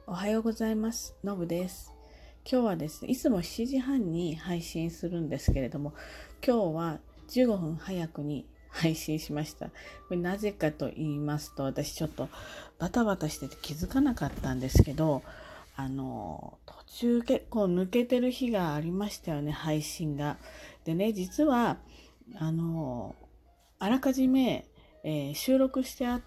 おはようございます。のぶです。今日はですね、いつも7時半に配信するんですけれども、今日は15分早くに配信しました。これなぜかと言いますと、私ちょっとバタバタしてて気づかなかったんですけど、途中結構抜けてる日がありましたよね、配信が。でね、実は、あらかじめ、収録してあって、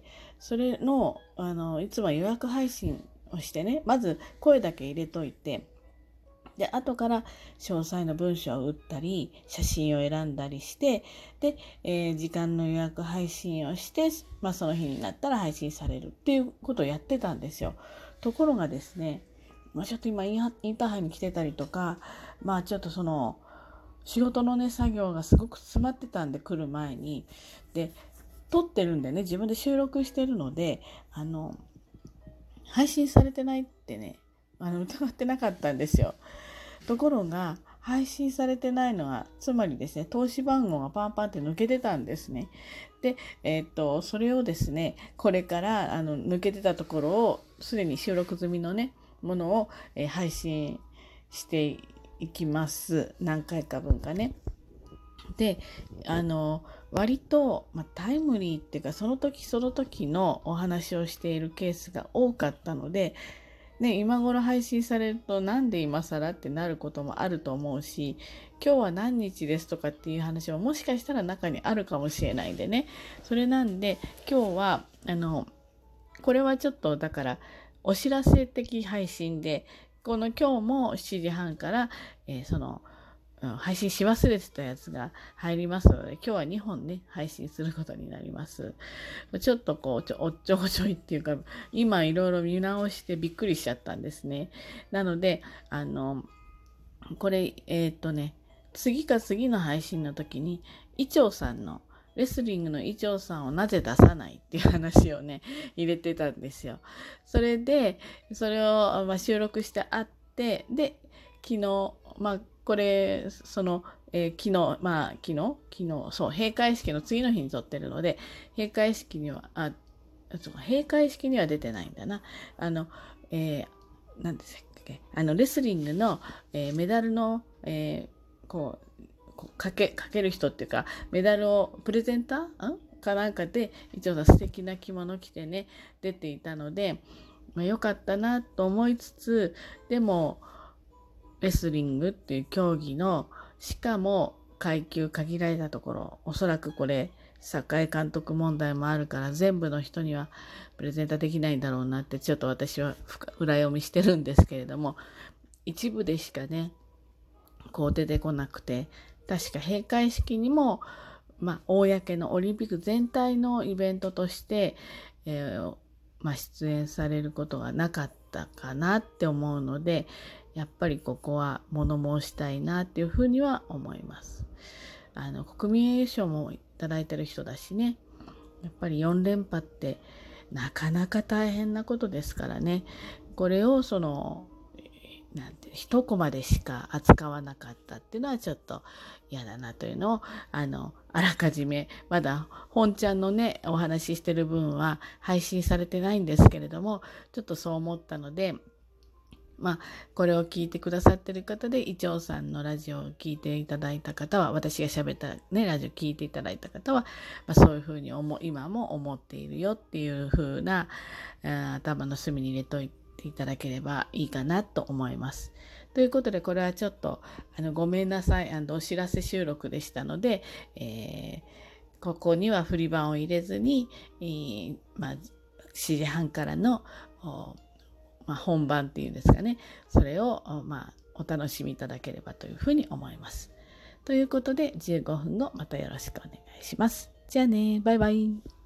それの、いつも予約配信をしてね、まず声だけ入れといて、で、後から詳細の文章を打ったり、写真を選んだりして、で、時間の予約配信をして、その日になったら配信されるっていうことをやってたんですよ。ところがですね、ちょっと今インターハイに来てたりとか、ちょっと仕事のね、作業がすごく詰まってたんで来る前に、で、撮ってるんでね、自分で収録してるので、配信されてないってね、疑ってなかったんですよ。ところが、配信されてないのは、つまりですね、投資番号がパンパンって抜けてたんですね。で、それをですね、これから抜けてたところを、すでに収録済みのね、ものを、配信していきます。何回か分かね。で、割と、タイムリーっていうか、その時その時のお話をしているケースが多かったので、ね、今頃配信されるとなんで今更ってなることもあると思うし、今日は何日ですとかっていう話ももしかしたら中にあるかもしれないんでね。それなんで今日はこれはちょっとだからお知らせ的配信で、この今日も7時半から、配信し忘れてたやつが入りますので、今日は2本ね、配信することになります。ちょっとおっちょこちょいっていうか、今いろいろ見直してびっくりしちゃったんですね。なので、これ、次か次の配信の時に、レスリングのイチョウさんをなぜ出さないっていう話をね、入れてたんですよ。それで、それを、収録してあって、で、昨日、これ、昨日、そう、閉会式の次の日に撮ってるので、閉会式には出てないんだな。何でしたっけ、レスリングの、メダルの、かける人っていうか、メダルをプレゼンターかなんかで、一応素敵な着物着てね、出ていたので、良かったなと思いつつ、でも、レスリングっていう競技の、しかも階級限られたところ、おそらくこれ、栄監督問題もあるから全部の人にはプレゼンタできないんだろうなってちょっと私は裏読みしてるんですけれども、一部でしかね、こう出てこなくて、確か閉会式にも、公のオリンピック全体のイベントとして、出演されることがなかったかなって思うので、やっぱりここは物申したいなっていうふうには思います。国民栄誉賞もいただいてる人だしね、やっぱり4連覇ってなかなか大変なことですからね、これを一コマでしか扱わなかったっていうのはちょっと嫌だなというのを、あらかじめ、まだ本ちゃんのね、お話ししてる分は配信されてないんですけれども、ちょっとそう思ったので、これを聞いてくださってる方で、イチョウさんのラジオを聞いていただいた方は、私が喋ったね、ラジオ聞いていただいた方は、そういうふうに今も思っているよっていうふうな、頭の隅に入れといていただければいいかなと思います。ということで、これはちょっと、ごめんなさい、お知らせ収録でしたので、ここには振り番を入れずに、7時半からの、本番っていうんですかね。それを、お楽しみいただければというふうに思います。ということで、15分後またよろしくお願いします。じゃあね、バイバイ。